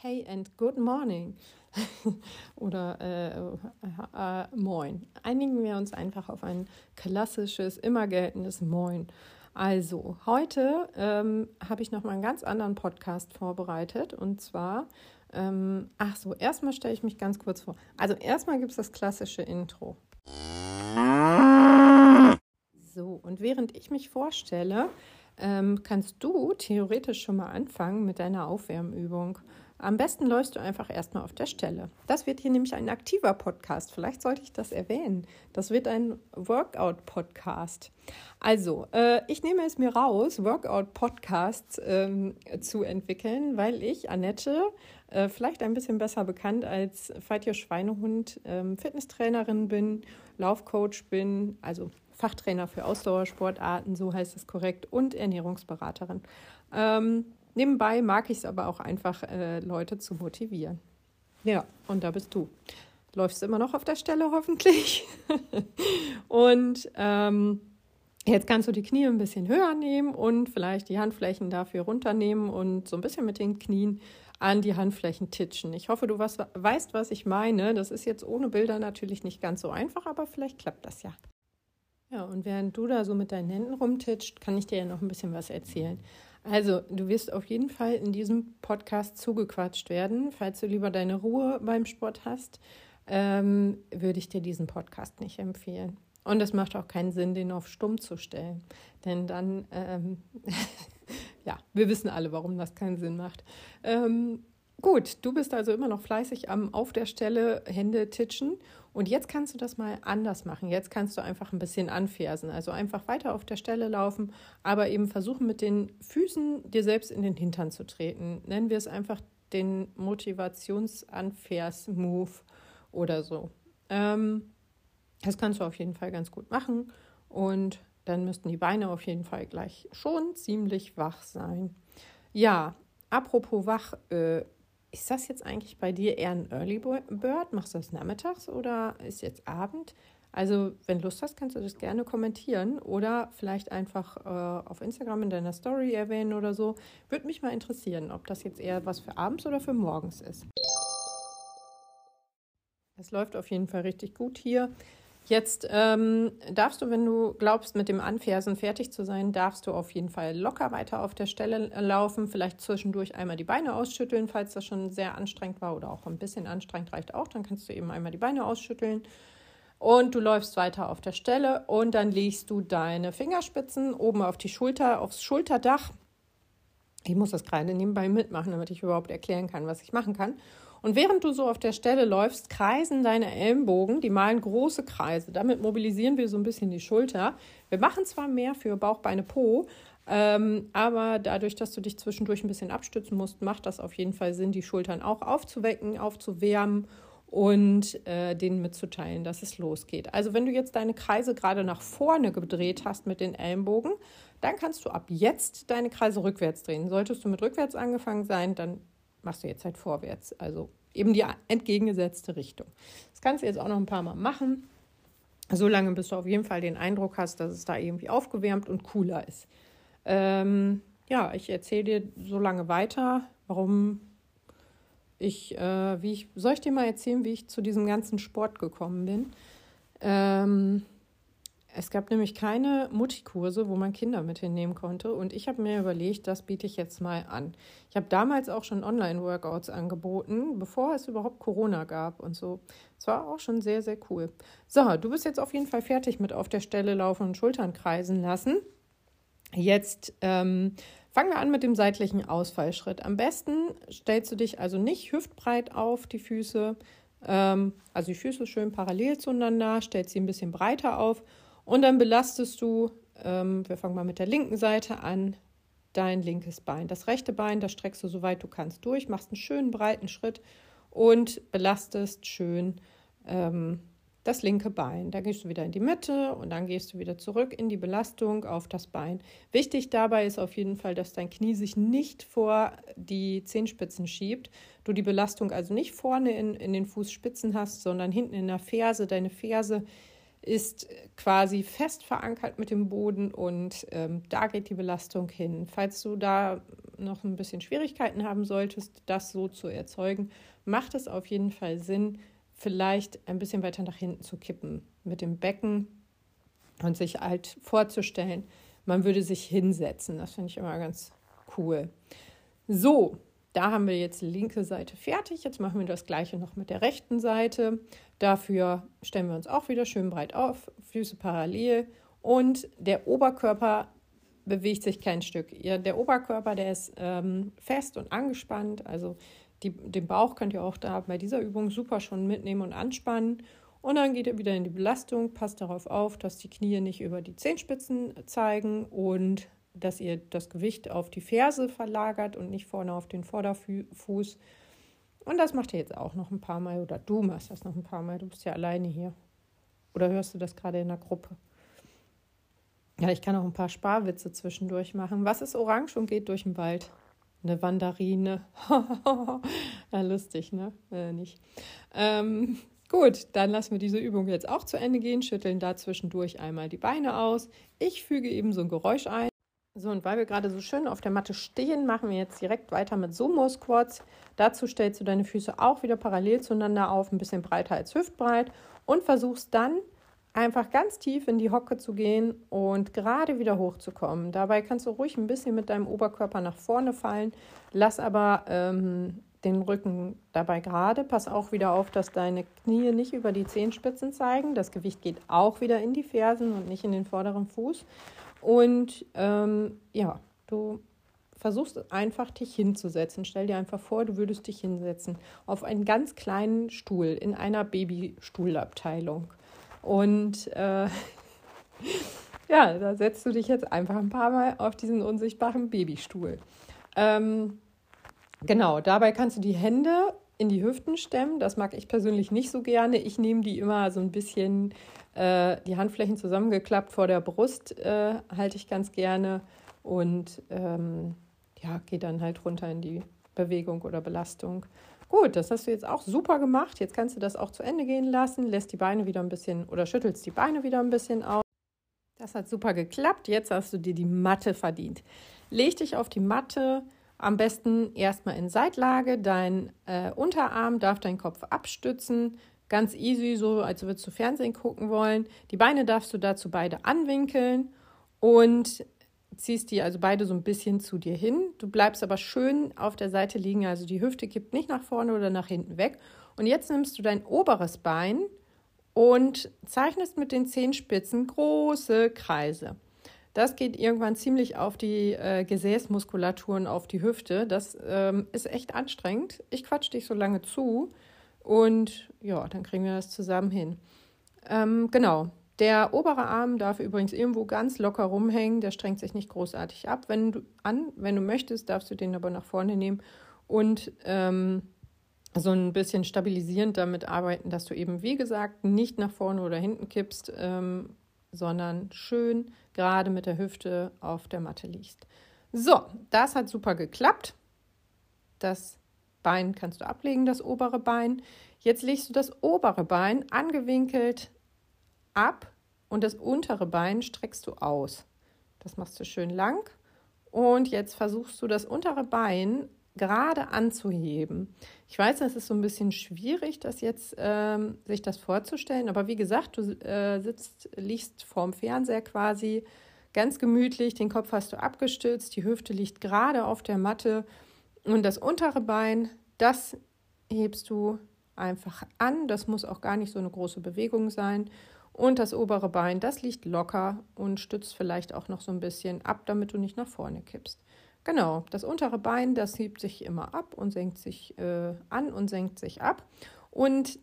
Hey and good morning oder Moin. Einigen wir uns einfach auf ein klassisches, immer geltendes Moin. Also, heute habe ich nochmal einen ganz anderen Podcast vorbereitet und zwar, erstmal stelle ich mich ganz kurz vor. Also, erstmal gibt es das klassische Intro. So, und während ich mich vorstelle, kannst du theoretisch schon mal anfangen mit deiner Aufwärmübung. Am besten läufst du einfach erstmal auf der Stelle. Das wird hier nämlich ein aktiver Podcast. Vielleicht sollte ich das erwähnen. Das wird ein Workout-Podcast. Also, ich nehme es mir raus, Workout-Podcasts zu entwickeln, weil ich, Annette, vielleicht ein bisschen besser bekannt als Fight Your Schweinehund, Fitnesstrainerin bin, Laufcoach bin, also Fachtrainer für Ausdauersportarten, so heißt es korrekt, und Ernährungsberaterin. Nebenbei mag ich es aber auch einfach, Leute zu motivieren. Ja, und da bist du. Läufst immer noch auf der Stelle hoffentlich. Und jetzt kannst du die Knie ein bisschen höher nehmen und vielleicht die Handflächen dafür runternehmen und so ein bisschen mit den Knien an die Handflächen titschen. Ich hoffe, du weißt, was ich meine. Das ist jetzt ohne Bilder natürlich nicht ganz so einfach, aber vielleicht klappt das ja. Ja, und während du da so mit deinen Händen rumtitscht, kann ich dir ja noch ein bisschen was erzählen. Also, du wirst auf jeden Fall in diesem Podcast zugequatscht werden. Falls du lieber deine Ruhe beim Sport hast, würde ich dir diesen Podcast nicht empfehlen. Und es macht auch keinen Sinn, den auf stumm zu stellen. Denn dann, ja, wir wissen alle, warum das keinen Sinn macht. Gut, du bist also immer noch fleißig auf der Stelle Hände titschen. Und jetzt kannst du das mal anders machen. Jetzt kannst du einfach ein bisschen anfersen. Also einfach weiter auf der Stelle laufen, aber eben versuchen, mit den Füßen dir selbst in den Hintern zu treten. Nennen wir es einfach den Motivationsanvers-Move oder so. Das kannst du auf jeden Fall ganz gut machen. Und dann müssten die Beine auf jeden Fall gleich schon ziemlich wach sein. Ja, apropos wach, ist das jetzt eigentlich bei dir eher ein Early Bird? Machst du das nachmittags oder ist jetzt Abend? Also, wenn du Lust hast, kannst du das gerne kommentieren oder vielleicht einfach auf Instagram in deiner Story erwähnen oder so. Würde mich mal interessieren, ob das jetzt eher was für abends oder für morgens ist. Es läuft auf jeden Fall richtig gut hier. Jetzt darfst du, wenn du glaubst, mit dem Anfersen fertig zu sein, darfst du auf jeden Fall locker weiter auf der Stelle laufen. Vielleicht zwischendurch einmal die Beine ausschütteln, falls das schon sehr anstrengend war oder auch ein bisschen anstrengend reicht auch. Dann kannst du eben einmal die Beine ausschütteln und du läufst weiter auf der Stelle und dann legst du deine Fingerspitzen oben auf die Schulter, aufs Schulterdach. Ich muss das gerade nebenbei mitmachen, damit ich überhaupt erklären kann, was ich machen kann. Und während du so auf der Stelle läufst, kreisen deine Ellenbogen, die malen große Kreise. Damit mobilisieren wir so ein bisschen die Schulter. Wir machen zwar mehr für Bauch, Beine, Po, aber dadurch, dass du dich zwischendurch ein bisschen abstützen musst, macht das auf jeden Fall Sinn, die Schultern auch aufzuwecken, aufzuwärmen und denen mitzuteilen, dass es losgeht. Also wenn du jetzt deine Kreise gerade nach vorne gedreht hast mit den Ellenbogen, dann kannst du ab jetzt deine Kreise rückwärts drehen. Solltest du mit rückwärts angefangen sein, dann machst du jetzt halt vorwärts, also eben die entgegengesetzte Richtung. Das kannst du jetzt auch noch ein paar Mal machen, solange bis du auf jeden Fall den Eindruck hast, dass es da irgendwie aufgewärmt und cooler ist. Ich erzähle dir so lange weiter, soll ich dir mal erzählen, wie ich zu diesem ganzen Sport gekommen bin? Es gab nämlich keine Mutti-Kurse, wo man Kinder mit hinnehmen konnte. Und ich habe mir überlegt, das biete ich jetzt mal an. Ich habe damals auch schon Online-Workouts angeboten, bevor es überhaupt Corona gab und so. Es war auch schon sehr, sehr cool. So, du bist jetzt auf jeden Fall fertig mit auf der Stelle laufen und Schultern kreisen lassen. Jetzt fangen wir an mit dem seitlichen Ausfallschritt. Am besten stellst du dich also nicht hüftbreit auf die Füße, also die Füße schön parallel zueinander, stellst sie ein bisschen breiter auf. Und dann belastest du, wir fangen mal mit der linken Seite an, dein linkes Bein. Das rechte Bein, das streckst du so weit du kannst durch, machst einen schönen breiten Schritt und belastest schön das linke Bein. Da gehst du wieder in die Mitte und dann gehst du wieder zurück in die Belastung auf das Bein. Wichtig dabei ist auf jeden Fall, dass dein Knie sich nicht vor die Zehenspitzen schiebt. Du die Belastung also nicht vorne in den Fußspitzen hast, sondern hinten in der Ferse. Deine Ferse ist quasi fest verankert mit dem Boden und da geht die Belastung hin. Falls du da noch ein bisschen Schwierigkeiten haben solltest, das so zu erzeugen, macht es auf jeden Fall Sinn, vielleicht ein bisschen weiter nach hinten zu kippen mit dem Becken und sich halt vorzustellen, man würde sich hinsetzen. Das finde ich immer ganz cool. So, da haben wir jetzt die linke Seite fertig. Jetzt machen wir das gleiche noch mit der rechten Seite. Dafür stellen wir uns auch wieder schön breit auf, Füße parallel und der Oberkörper bewegt sich kein Stück. Der Oberkörper, der ist fest und angespannt. Also den Bauch könnt ihr auch da bei dieser Übung super schon mitnehmen und anspannen. Und dann geht ihr wieder in die Belastung. Passt darauf auf, dass die Knie nicht über die Zehenspitzen zeigen und dass ihr das Gewicht auf die Ferse verlagert und nicht vorne auf den Vorderfuß. Und das macht ihr jetzt auch noch ein paar Mal. Oder du machst das noch ein paar Mal. Du bist ja alleine hier. Oder hörst du das gerade in der Gruppe? Ja, ich kann auch ein paar Sparwitze zwischendurch machen. Was ist orange und geht durch den Wald? Eine Wanderine. Ja, lustig, ne? Nicht. Gut, dann lassen wir diese Übung jetzt auch zu Ende gehen. Schütteln da zwischendurch einmal die Beine aus. Ich füge eben so ein Geräusch ein. So, und weil wir gerade so schön auf der Matte stehen, machen wir jetzt direkt weiter mit Sumo-Squats. Dazu stellst du deine Füße auch wieder parallel zueinander auf, ein bisschen breiter als hüftbreit und versuchst dann einfach ganz tief in die Hocke zu gehen und gerade wieder hochzukommen. Dabei kannst du ruhig ein bisschen mit deinem Oberkörper nach vorne fallen, lass aber den Rücken dabei gerade. Pass auch wieder auf, dass deine Knie nicht über die Zehenspitzen zeigen. Das Gewicht geht auch wieder in die Fersen und nicht in den vorderen Fuß. Und ja, du versuchst einfach, dich hinzusetzen. Stell dir einfach vor, du würdest dich hinsetzen auf einen ganz kleinen Stuhl in einer Babystuhlabteilung. Und ja, da setzt du dich jetzt einfach ein paar Mal auf diesen unsichtbaren Babystuhl. Genau, dabei kannst du die Hände in die Hüften stemmen. Das mag ich persönlich nicht so gerne. Ich nehme die immer so ein bisschen, die Handflächen zusammengeklappt vor der Brust, halte ich ganz gerne. Und ja, gehe dann halt runter in die Bewegung oder Belastung. Gut, das hast du jetzt auch super gemacht. Jetzt kannst du das auch zu Ende gehen lassen, lässt die Beine wieder ein bisschen oder schüttelst die Beine wieder ein bisschen aus. Das hat super geklappt. Jetzt hast du dir die Matte verdient. Leg dich auf die Matte, am besten erstmal in Seitlage. Dein Unterarm darf deinen Kopf abstützen. Ganz easy, so als würdest du Fernsehen gucken wollen. Die Beine darfst du dazu beide anwinkeln und ziehst die also beide so ein bisschen zu dir hin. Du bleibst aber schön auf der Seite liegen, also die Hüfte kippt nicht nach vorne oder nach hinten weg. Und jetzt nimmst du dein oberes Bein und zeichnest mit den Zehenspitzen große Kreise. Das geht irgendwann ziemlich auf die Gesäßmuskulatur und auf die Hüfte. Das ist echt anstrengend. Ich quatsch dich so lange zu und ja, dann kriegen wir das zusammen hin. Genau. Der obere Arm darf übrigens irgendwo ganz locker rumhängen, der strengt sich nicht großartig ab. Wenn du möchtest, darfst du den aber nach vorne nehmen und so ein bisschen stabilisierend damit arbeiten, dass du eben, wie gesagt, nicht nach vorne oder hinten kippst, sondern schön gerade mit der Hüfte auf der Matte liegst. So, das hat super geklappt. Das Bein kannst du ablegen, das obere Bein. Jetzt legst du das obere Bein angewinkelt ab und das untere Bein streckst du aus. Das machst du schön lang und jetzt versuchst du das untere Bein gerade anzuheben. Ich weiß, das ist so ein bisschen schwierig, das jetzt sich das vorzustellen, aber wie gesagt, du liegst vorm Fernseher quasi ganz gemütlich, den Kopf hast du abgestützt, die Hüfte liegt gerade auf der Matte und das untere Bein, das hebst du einfach an. Das muss auch gar nicht so eine große Bewegung sein. Und das obere Bein, das liegt locker und stützt vielleicht auch noch so ein bisschen ab, damit du nicht nach vorne kippst. Genau, das untere Bein, das hebt sich immer ab und senkt sich an und senkt sich ab. Und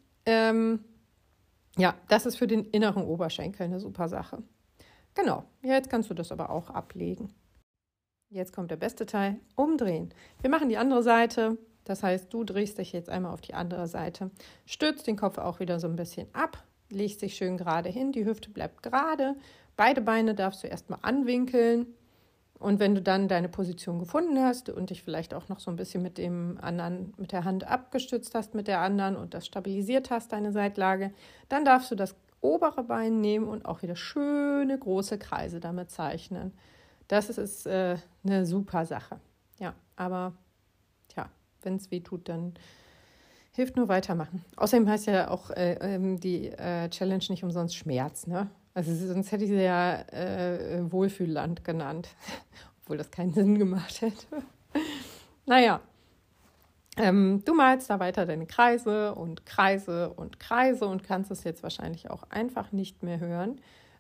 ja, das ist für den inneren Oberschenkel eine super Sache. Genau, jetzt kannst du das aber auch ablegen. Jetzt kommt der beste Teil, umdrehen. Wir machen die andere Seite. Das heißt, du drehst dich jetzt einmal auf die andere Seite, stützt den Kopf auch wieder so ein bisschen ab, legst dich schön gerade hin, die Hüfte bleibt gerade, beide Beine darfst du erstmal anwinkeln und wenn du dann deine Position gefunden hast und dich vielleicht auch noch so ein bisschen mit der Hand abgestützt hast mit der anderen und das stabilisiert hast, deine Seitlage, dann darfst du das obere Bein nehmen und auch wieder schöne große Kreise damit zeichnen. Das ist eine super Sache. Ja, aber tja, wenn es weh tut, dann hilft nur weitermachen. Außerdem heißt ja auch die Challenge nicht umsonst Schmerz, ne? Also sonst hätte ich sie ja Wohlfühlland genannt, obwohl das keinen Sinn gemacht hätte. Naja, du malst da weiter deine Kreise und Kreise und Kreise und kannst es jetzt wahrscheinlich auch einfach nicht mehr hören.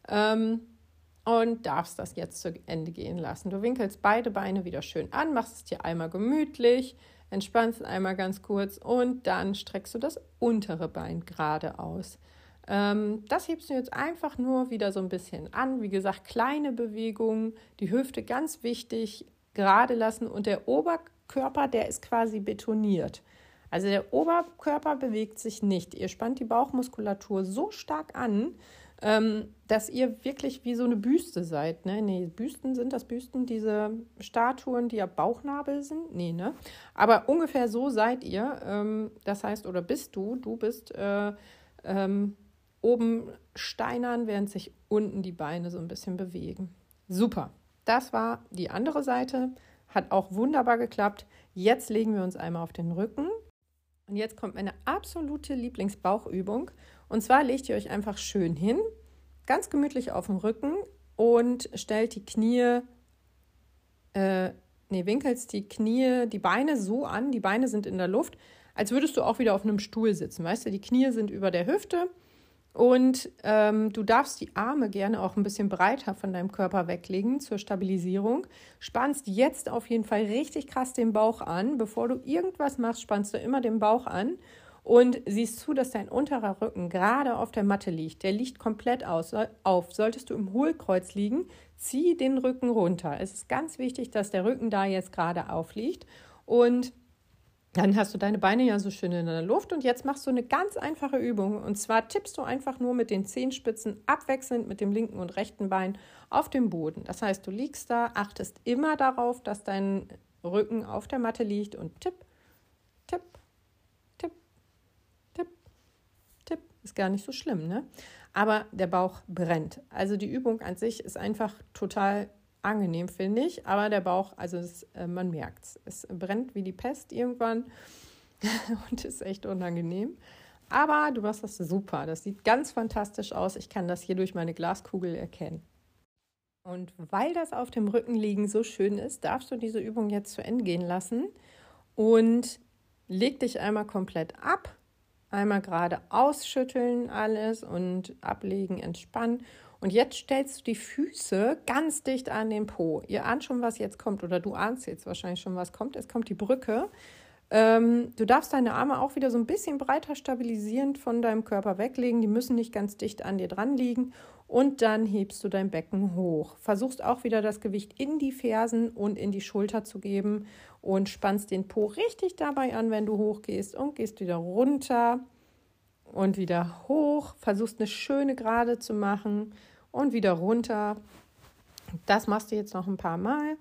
Und darfst das jetzt zu Ende gehen lassen. Du winkelst beide Beine wieder schön an, machst es dir einmal gemütlich, entspannst einmal ganz kurz und dann streckst du das untere Bein gerade aus. Das hebst du jetzt einfach nur wieder so ein bisschen an. Wie gesagt, kleine Bewegungen, die Hüfte ganz wichtig, gerade lassen und der Oberkörper, der ist quasi betoniert. Also der Oberkörper bewegt sich nicht. Ihr spannt die Bauchmuskulatur so stark an, dass ihr wirklich wie so eine Büste seid. Ne? Nee, Büsten sind das Büsten, diese Statuen, die ja Bauchnabel sind? Nee, ne? Aber ungefähr so seid ihr. Das heißt, oder bist du bist oben steinern, während sich unten die Beine so ein bisschen bewegen. Super. Das war die andere Seite. Hat auch wunderbar geklappt. Jetzt legen wir uns einmal auf den Rücken. Und jetzt kommt meine absolute Lieblingsbauchübung. Und zwar legt ihr euch einfach schön hin, ganz gemütlich auf dem Rücken und stellt die Knie, winkelst die Knie, die Beine so an, die Beine sind in der Luft, als würdest du auch wieder auf einem Stuhl sitzen. Weißt du, die Knie sind über der Hüfte und du darfst die Arme gerne auch ein bisschen breiter von deinem Körper weglegen zur Stabilisierung. Spannst jetzt auf jeden Fall richtig krass den Bauch an. Bevor du irgendwas machst, spannst du immer den Bauch an und siehst zu, dass dein unterer Rücken gerade auf der Matte liegt. Der liegt komplett auf. Solltest du im Hohlkreuz liegen, zieh den Rücken runter. Es ist ganz wichtig, dass der Rücken da jetzt gerade aufliegt und dann hast du deine Beine ja so schön in der Luft und jetzt machst du eine ganz einfache Übung. Und zwar tippst du einfach nur mit den Zehenspitzen abwechselnd mit dem linken und rechten Bein auf den Boden. Das heißt, du liegst da, achtest immer darauf, dass dein Rücken auf der Matte liegt und tipp, tipp, tipp, tipp, tipp. Ist gar nicht so schlimm, ne? Aber der Bauch brennt. Also die Übung an sich ist einfach total angenehm, finde ich, aber der Bauch, also man merkt es. Es brennt wie die Pest irgendwann und ist echt unangenehm. Aber du machst das super. Das sieht ganz fantastisch aus. Ich kann das hier durch meine Glaskugel erkennen. Und weil das auf dem Rücken liegen so schön ist, darfst du diese Übung jetzt zu Ende gehen lassen und leg dich einmal komplett ab. Einmal gerade ausschütteln alles und ablegen, entspannen. Und jetzt stellst du die Füße ganz dicht an den Po. Ihr ahnt schon, was jetzt kommt, oder du ahnst jetzt wahrscheinlich schon, was kommt. Es kommt die Brücke. Du darfst deine Arme auch wieder so ein bisschen breiter stabilisierend von deinem Körper weglegen. Die müssen nicht ganz dicht an dir dran liegen. Und dann hebst du dein Becken hoch. Versuchst auch wieder das Gewicht in die Fersen und in die Schulter zu geben und spannst den Po richtig dabei an, wenn du hochgehst und gehst wieder runter und wieder hoch. Versuchst eine schöne Gerade zu machen und wieder runter. Das machst du jetzt noch ein paar Mal.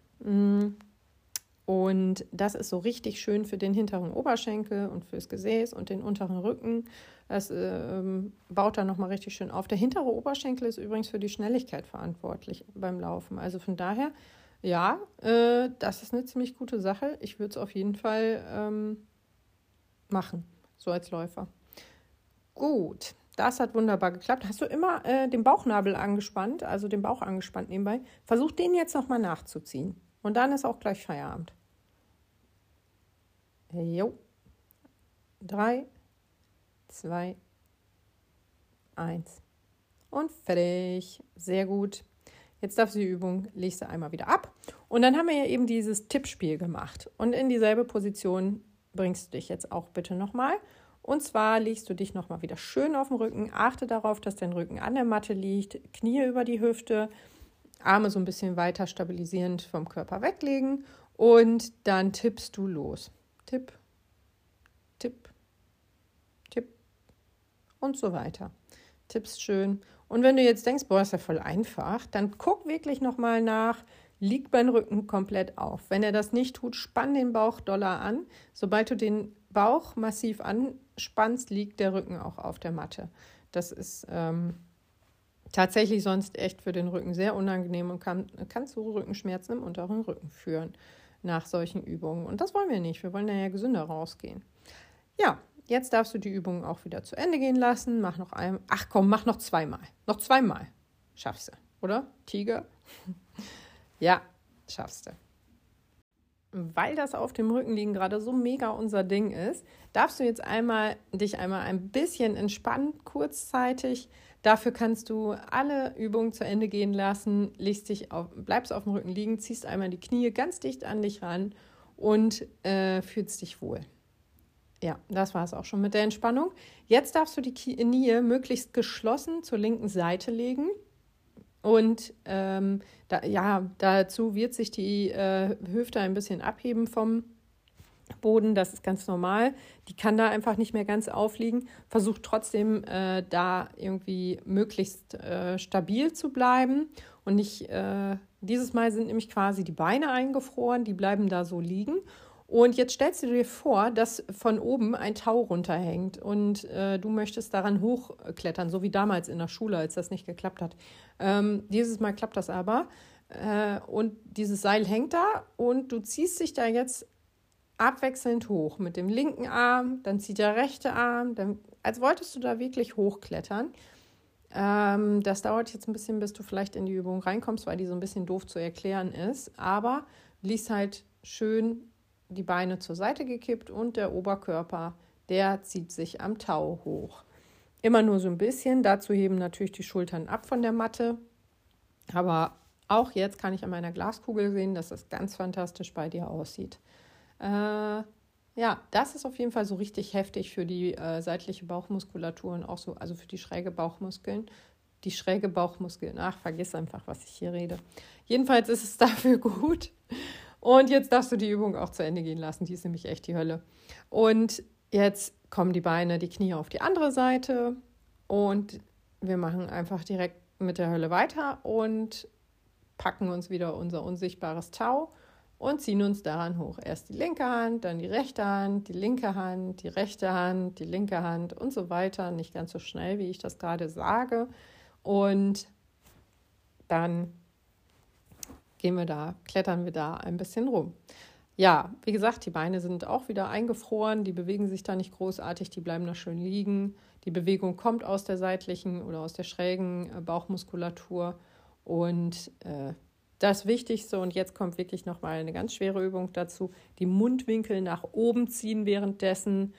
Und das ist so richtig schön für den hinteren Oberschenkel und fürs Gesäß und den unteren Rücken. Das baut dann nochmal richtig schön auf. Der hintere Oberschenkel ist übrigens für die Schnelligkeit verantwortlich beim Laufen. Also von daher, ja, das ist eine ziemlich gute Sache. Ich würde es auf jeden Fall machen, so als Läufer. Gut, das hat wunderbar geklappt. Hast du immer den Bauchnabel angespannt, also den Bauch angespannt nebenbei? Versuch den jetzt nochmal nachzuziehen. Und dann ist auch gleich Feierabend. Jo. 3, 2, 1. Und fertig. Sehr gut. Jetzt darfst du die Übung, legst du einmal wieder ab. Und dann haben wir ja eben dieses Tippspiel gemacht. Und in dieselbe Position bringst du dich jetzt auch bitte nochmal. Und zwar legst du dich nochmal wieder schön auf den Rücken. Achte darauf, dass dein Rücken an der Matte liegt. Knie über die Hüfte. Arme so ein bisschen weiter stabilisierend vom Körper weglegen. Und dann tippst du los. Tipp, tipp, tipp und so weiter. Tippst schön. Und wenn du jetzt denkst, boah, ist ja voll einfach, dann guck wirklich nochmal nach, liegt mein Rücken komplett auf. Wenn er das nicht tut, spann den Bauch doller an. Sobald du den Bauch massiv anspannst, liegt der Rücken auch auf der Matte. Das ist tatsächlich sonst echt für den Rücken sehr unangenehm und kann zu Rückenschmerzen im unteren Rücken führen. nach solchen Übungen. Und das wollen wir nicht. Wir wollen ja gesünder rausgehen. Ja, jetzt darfst du die Übung auch wieder zu Ende gehen lassen. Mach noch mach noch zweimal. Noch zweimal. Schaffst du, oder? Tiger? Ja, schaffst du. Weil das auf dem Rücken liegen gerade so mega unser Ding ist, darfst du jetzt dich einmal ein bisschen entspannen, kurzzeitig. Dafür kannst du alle Übungen zu Ende gehen lassen, bleibst auf dem Rücken liegen, ziehst einmal die Knie ganz dicht an dich ran und fühlst dich wohl. Ja, das war es auch schon mit der Entspannung. Jetzt darfst du die Knie möglichst geschlossen zur linken Seite legen. Und dazu wird sich die Hüfte ein bisschen abheben vom Boden. Das ist ganz normal. Die kann da einfach nicht mehr ganz aufliegen. Versuch trotzdem da irgendwie möglichst stabil zu bleiben. Und nicht, dieses Mal sind nämlich quasi die Beine eingefroren. Die bleiben da so liegen. Und jetzt stellst du dir vor, dass von oben ein Tau runterhängt und du möchtest daran hochklettern, so wie damals in der Schule, als das nicht geklappt hat. Dieses Mal klappt das aber und dieses Seil hängt da und du ziehst dich da jetzt abwechselnd hoch mit dem linken Arm, dann zieht der rechte Arm, als wolltest du da wirklich hochklettern. Das dauert jetzt ein bisschen, bis du vielleicht in die Übung reinkommst, weil die so ein bisschen doof zu erklären ist, aber du liegst halt schön die Beine zur Seite gekippt und der Oberkörper, der zieht sich am Tau hoch. Immer nur so ein bisschen, dazu heben natürlich die Schultern ab von der Matte, aber auch jetzt kann ich an meiner Glaskugel sehen, dass das ganz fantastisch bei dir aussieht. Ja, das ist auf jeden Fall so richtig heftig für die seitliche Bauchmuskulatur und auch so, also für die schräge Bauchmuskeln. Die schräge Bauchmuskeln, vergiss einfach, was ich hier rede. Jedenfalls ist es dafür gut. Und jetzt darfst du die Übung auch zu Ende gehen lassen. Die ist nämlich echt die Hölle. Und jetzt kommen die Beine, die Knie auf die andere Seite. Und wir machen einfach direkt mit der Hölle weiter und packen uns wieder unser unsichtbares Tau und ziehen uns daran hoch. Erst die linke Hand, dann die rechte Hand, die linke Hand, die rechte Hand, die linke Hand und so weiter. Nicht ganz so schnell, wie ich das gerade sage. Und dann klettern wir da ein bisschen rum. Ja, wie gesagt, die Beine sind auch wieder eingefroren, die bewegen sich da nicht großartig, die bleiben da schön liegen. Die Bewegung kommt aus der seitlichen oder aus der schrägen Bauchmuskulatur und das Wichtigste, und jetzt kommt wirklich nochmal eine ganz schwere Übung dazu, die Mundwinkel nach oben ziehen währenddessen.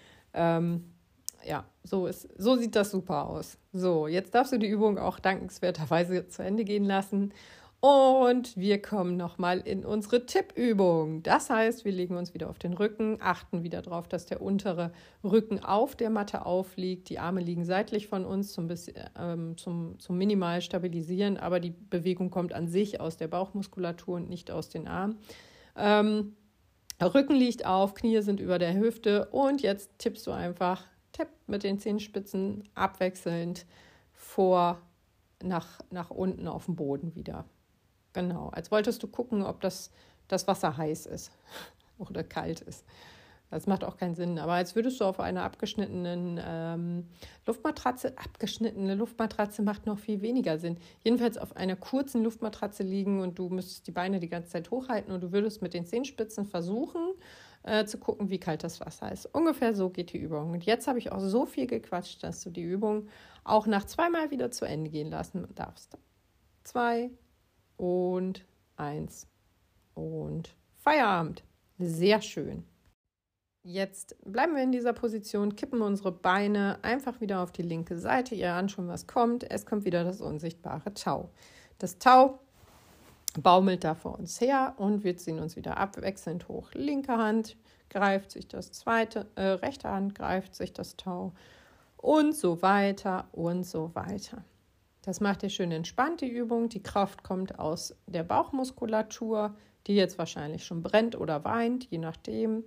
So sieht das super aus. So, jetzt darfst du die Übung auch dankenswerterweise zu Ende gehen lassen. Und wir kommen nochmal in unsere Tippübung. Das heißt, wir legen uns wieder auf den Rücken, achten wieder darauf, dass der untere Rücken auf der Matte aufliegt. Die Arme liegen seitlich von uns zum minimal stabilisieren, aber die Bewegung kommt an sich aus der Bauchmuskulatur und nicht aus den Armen. Rücken liegt auf, Knie sind über der Hüfte und jetzt tippst du einfach, mit den Zehenspitzen abwechselnd nach unten auf den Boden wieder. Genau, als wolltest du gucken, ob das Wasser heiß ist oder kalt ist. Das macht auch keinen Sinn, aber als würdest du auf einer abgeschnittene Luftmatratze macht noch viel weniger Sinn. Jedenfalls auf einer kurzen Luftmatratze liegen und du müsstest die Beine die ganze Zeit hochhalten und du würdest mit den Zehenspitzen versuchen zu gucken, wie kalt das Wasser ist. Ungefähr so geht die Übung. Und jetzt habe ich auch so viel gequatscht, dass du die Übung auch nach 2-mal wieder zu Ende gehen lassen darfst. 2 und 1 und Feierabend. Sehr schön. Jetzt bleiben wir in dieser Position, kippen unsere Beine einfach wieder auf die linke Seite. Ihr ahnt schon, was kommt. Es kommt wieder das unsichtbare Tau. Das Tau baumelt da vor uns her und wir ziehen uns wieder abwechselnd hoch. Linke Hand greift sich rechte Hand greift sich das Tau und so weiter und so weiter. Das macht ihr schön entspannt, die Übung. Die Kraft kommt aus der Bauchmuskulatur, die jetzt wahrscheinlich schon brennt oder weint, je nachdem.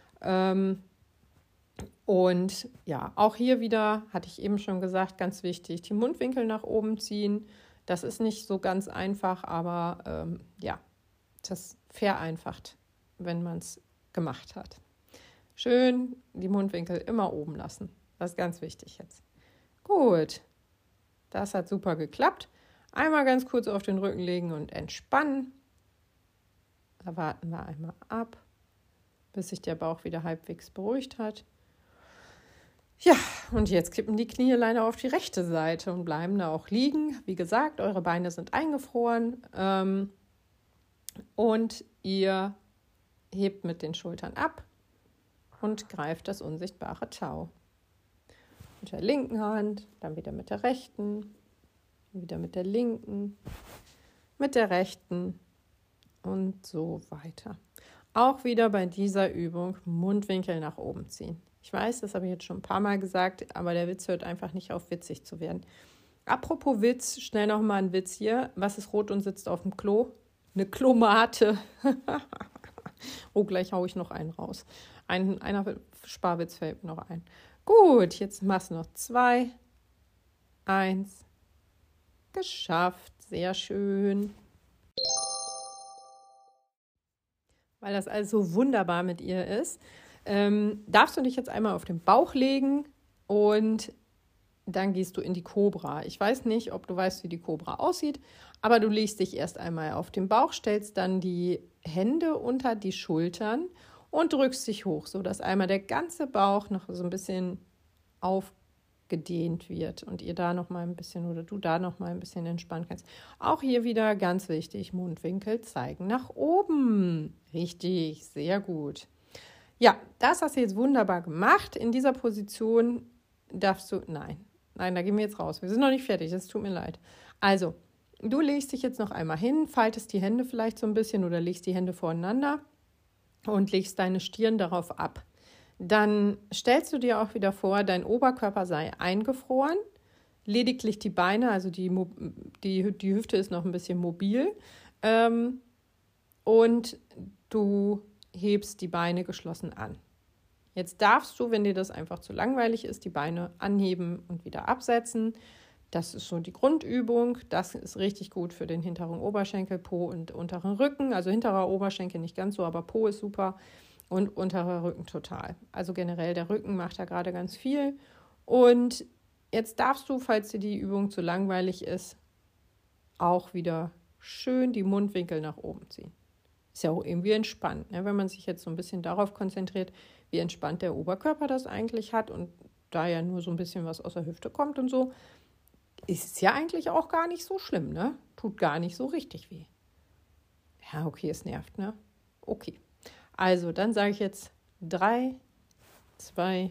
Und ja, auch hier wieder, hatte ich eben schon gesagt, ganz wichtig, die Mundwinkel nach oben ziehen. Das ist nicht so ganz einfach, aber das vereinfacht, wenn man es gemacht hat. Schön die Mundwinkel immer oben lassen. Das ist ganz wichtig jetzt. Gut, das hat super geklappt. Einmal ganz kurz auf den Rücken legen und entspannen. Da warten wir einmal ab, bis sich der Bauch wieder halbwegs beruhigt hat. Ja, und jetzt kippen die Knie leider auf die rechte Seite und bleiben da auch liegen. Wie gesagt, eure Beine sind eingefroren und ihr hebt mit den Schultern ab und greift das unsichtbare Tau. Mit der linken Hand, dann wieder mit der rechten, wieder mit der linken, mit der rechten und so weiter. Auch wieder bei dieser Übung Mundwinkel nach oben ziehen. Ich weiß, das habe ich jetzt schon ein paar Mal gesagt, aber der Witz hört einfach nicht auf, witzig zu werden. Apropos Witz, schnell nochmal ein Witz hier. Was ist rot und sitzt auf dem Klo? Eine Klomate. Oh, gleich haue ich noch einen raus. Einer Sparwitz fällt mir noch ein. Gut, jetzt machst du noch 2, 1. Geschafft, sehr schön. Weil das also wunderbar mit ihr ist, darfst du dich jetzt einmal auf den Bauch legen und dann gehst du in die Kobra. Ich weiß nicht, ob du weißt, wie die Kobra aussieht, aber du legst dich erst einmal auf den Bauch, stellst dann die Hände unter die Schultern und drückst dich hoch, sodass einmal der ganze Bauch noch so ein bisschen aufgedehnt wird und ihr da noch mal ein bisschen oder du da noch mal ein bisschen entspannen kannst. Auch hier wieder ganz wichtig, Mundwinkel zeigen nach oben. Richtig, sehr gut. Ja, das hast du jetzt wunderbar gemacht. In dieser Position darfst du, nein, da gehen wir jetzt raus. Wir sind noch nicht fertig, es tut mir leid. Also, du legst dich jetzt noch einmal hin, faltest die Hände vielleicht so ein bisschen oder legst die Hände voreinander und legst deine Stirn darauf ab. Dann stellst du dir auch wieder vor, dein Oberkörper sei eingefroren, lediglich die Beine, also die Hüfte ist noch ein bisschen mobil und du hebst die Beine geschlossen an. Jetzt darfst du, wenn dir das einfach zu langweilig ist, die Beine anheben und wieder absetzen. Das ist so die Grundübung. Das ist richtig gut für den hinteren Oberschenkel, Po und unteren Rücken. Also hinterer Oberschenkel nicht ganz so, aber Po ist super und unterer Rücken total. Also generell der Rücken macht da gerade ganz viel. Und jetzt darfst du, falls dir die Übung zu langweilig ist, auch wieder schön die Mundwinkel nach oben ziehen. Ist ja auch irgendwie entspannt, ne? Wenn man sich jetzt so ein bisschen darauf konzentriert, wie entspannt der Oberkörper das eigentlich hat und da ja nur so ein bisschen was aus der Hüfte kommt und so, ist es ja eigentlich auch gar nicht so schlimm, ne? Tut gar nicht so richtig weh. Ja, okay, es nervt, ne? Okay. Also, dann sage ich jetzt 3, 2,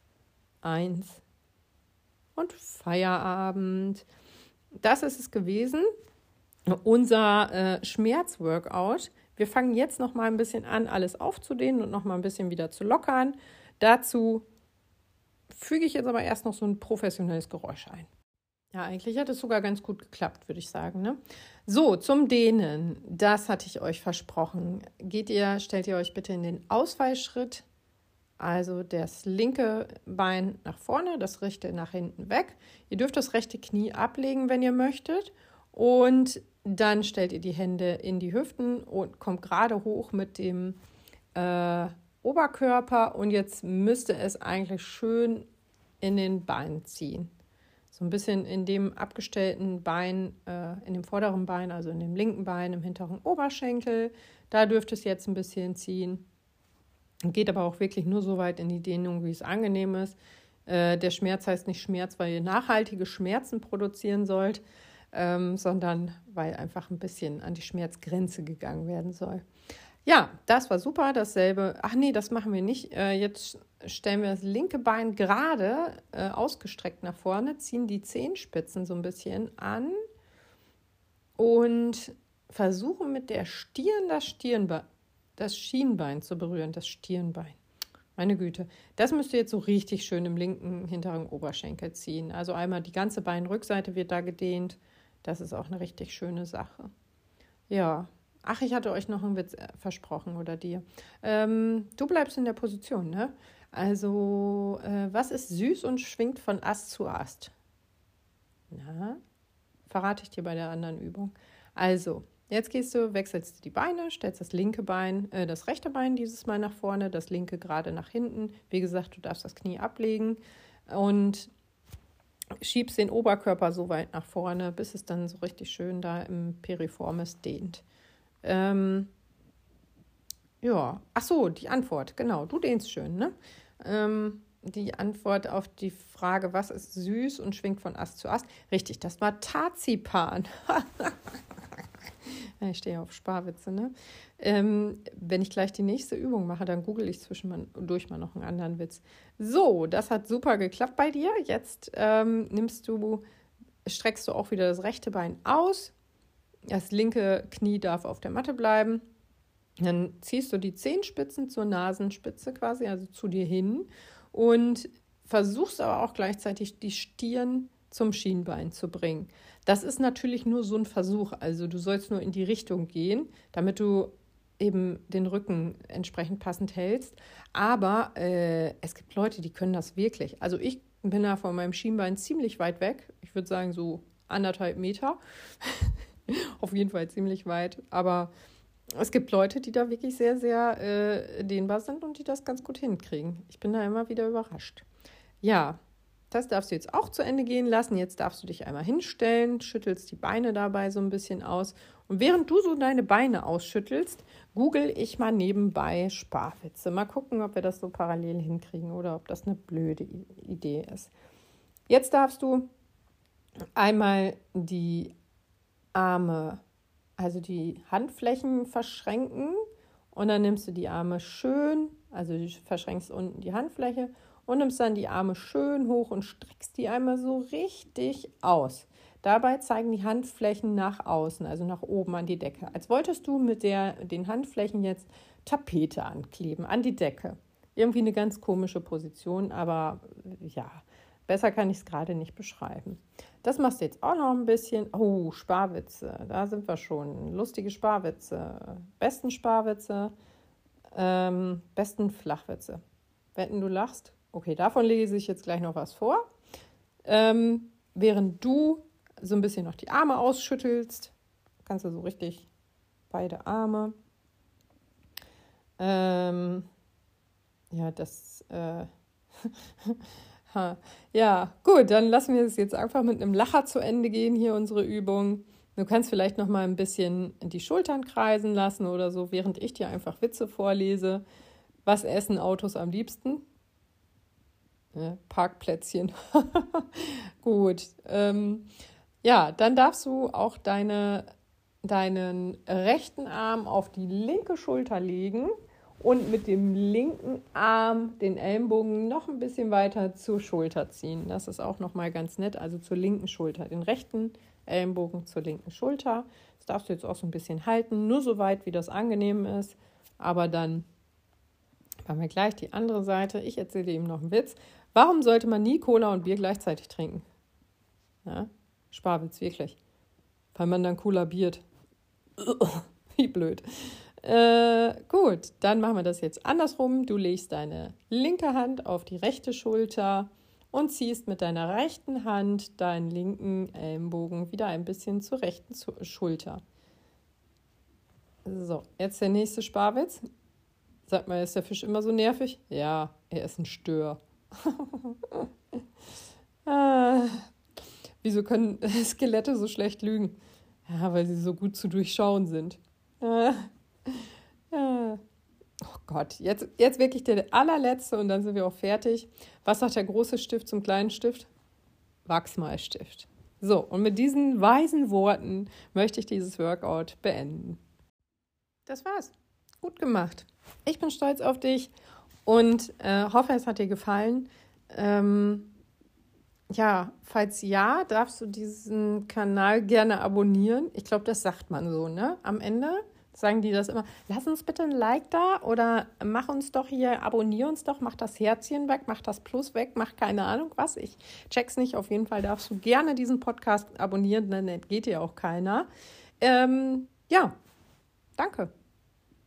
1 und Feierabend. Das ist es gewesen, unser Schmerzworkout. Wir fangen jetzt noch mal ein bisschen an, alles aufzudehnen und noch mal ein bisschen wieder zu lockern. Dazu füge ich jetzt aber erst noch so ein professionelles Geräusch ein. Ja, eigentlich hat es sogar ganz gut geklappt, würde ich sagen, ne? So, zum Dehnen. Das hatte ich euch versprochen. Stellt ihr euch bitte in den Ausfallschritt, also das linke Bein nach vorne, das rechte nach hinten weg. Ihr dürft das rechte Knie ablegen, wenn ihr möchtet. Und dann stellt ihr die Hände in die Hüften und kommt gerade hoch mit dem Oberkörper. Und jetzt müsste es eigentlich schön in den Beinen ziehen. So ein bisschen in dem abgestellten Bein, in dem vorderen Bein, also in dem linken Bein, im hinteren Oberschenkel. Da dürfte es jetzt ein bisschen ziehen. Geht aber auch wirklich nur so weit in die Dehnung, wie es angenehm ist. Der Schmerz heißt nicht Schmerz, weil ihr nachhaltige Schmerzen produzieren sollt, sondern weil einfach ein bisschen an die Schmerzgrenze gegangen werden soll. Ja, das war super. Dasselbe. Ach nee, das machen wir nicht. Jetzt stellen wir das linke Bein gerade ausgestreckt nach vorne, ziehen die Zehenspitzen so ein bisschen an und versuchen mit der Stirn das Schienbein zu berühren, das Stirnbein. Meine Güte, das müsst ihr jetzt so richtig schön im linken hinteren Oberschenkel ziehen. Also einmal die ganze Beinrückseite wird da gedehnt. Das ist auch eine richtig schöne Sache. Ja, ach, ich hatte euch noch einen Witz versprochen oder dir. Du bleibst in der Position, ne? Also, was ist süß und schwingt von Ast zu Ast? Na, verrate ich dir bei der anderen Übung. Also, jetzt wechselst du die Beine, stellst das rechte Bein dieses Mal nach vorne, das linke gerade nach hinten. Wie gesagt, du darfst das Knie ablegen und schiebst den Oberkörper so weit nach vorne, bis es dann so richtig schön da im Piriformis dehnt. Ja, ach so, die Antwort, genau, du dehnst schön, ne? Die Antwort auf die Frage, was ist süß und schwingt von Ast zu Ast. Richtig, das war Tarzipan. Ich stehe auf Sparwitze, ne? Wenn ich gleich die nächste Übung mache, dann google ich zwischendurch mal noch einen anderen Witz. So, das hat super geklappt bei dir. Jetzt streckst du auch wieder das rechte Bein aus. Das linke Knie darf auf der Matte bleiben. Dann ziehst du die Zehenspitzen zur Nasenspitze quasi, also zu dir hin und versuchst aber auch gleichzeitig die Stirn zum Schienbein zu bringen. Das ist natürlich nur so ein Versuch, also du sollst nur in die Richtung gehen, damit du eben den Rücken entsprechend passend hältst. Aber es gibt Leute, die können das wirklich. Also ich bin da von meinem Schienbein ziemlich weit weg. Ich würde sagen so 1,5 Meter. Auf jeden Fall ziemlich weit, aber es gibt Leute, die da wirklich sehr, sehr dehnbar sind und die das ganz gut hinkriegen. Ich bin da immer wieder überrascht. Ja, das darfst du jetzt auch zu Ende gehen lassen. Jetzt darfst du dich einmal hinstellen, schüttelst die Beine dabei so ein bisschen aus. Und während du so deine Beine ausschüttelst, google ich mal nebenbei Sparwitze. Mal gucken, ob wir das so parallel hinkriegen oder ob das eine blöde Idee ist. Jetzt darfst du einmal die Arme, also die Handflächen verschränken und dann nimmst du die Arme schön, also du verschränkst unten die Handfläche und nimmst dann die Arme schön hoch und streckst die einmal so richtig aus. Dabei zeigen die Handflächen nach außen, also nach oben an die Decke. Als wolltest du mit den Handflächen jetzt Tapete ankleben, an die Decke. Irgendwie eine ganz komische Position, aber ja, besser kann ich es gerade nicht beschreiben. Das machst du jetzt auch noch ein bisschen. Oh, Sparwitze, da sind wir schon. Lustige Sparwitze. Besten Sparwitze, besten Flachwitze. Wetten, du lachst? Okay, davon lese ich jetzt gleich noch was vor. Während du so ein bisschen noch die Arme ausschüttelst, kannst du so richtig beide Arme. Ja, das... Ja, gut, dann lassen wir es jetzt einfach mit einem Lacher zu Ende gehen, hier unsere Übung. Du kannst vielleicht noch mal ein bisschen die Schultern kreisen lassen oder so, während ich dir einfach Witze vorlese. Was essen Autos am liebsten? Parkplätzchen. Gut. Ja, dann darfst du auch deinen rechten Arm auf die linke Schulter legen und mit dem linken Arm den Ellenbogen noch ein bisschen weiter zur Schulter ziehen. Das ist auch nochmal ganz nett, also zur linken Schulter. Den rechten Ellenbogen zur linken Schulter. Das darfst du jetzt auch so ein bisschen halten, nur so weit, wie das angenehm ist. Aber dann machen wir gleich die andere Seite. Ich erzähle dir eben noch einen Witz. Warum sollte man nie Cola und Bier gleichzeitig trinken? Ja, Sparwitz, wirklich. Weil man dann kollabiert. Wie blöd. Gut, dann machen wir das jetzt andersrum. Du legst deine linke Hand auf die rechte Schulter und ziehst mit deiner rechten Hand deinen linken Ellenbogen wieder ein bisschen zur rechten Schulter. So, jetzt der nächste Sparwitz. Sag mal, ist der Fisch immer so nervig? Ja, er ist ein Stör. Wieso können Skelette so schlecht lügen? Ja, weil sie so gut zu durchschauen sind. Oh Gott, jetzt wirklich der allerletzte und dann sind wir auch fertig. Was sagt der große Stift zum kleinen Stift? Wachsmalstift. So, und mit diesen weisen Worten möchte ich dieses Workout beenden. Das war's. Gut gemacht. Ich bin stolz auf dich und hoffe, es hat dir gefallen. Ja, falls ja, darfst du diesen Kanal gerne abonnieren. Ich glaube, das sagt man so, ne? Am Ende sagen die das immer. Lass uns bitte ein Like da oder mach uns doch hier, abonnier uns doch, mach das Herzchen weg, mach das Plus weg, mach keine Ahnung was. Ich check's nicht. Auf jeden Fall darfst du gerne diesen Podcast abonnieren, dann entgeht dir auch keiner. Ja, danke.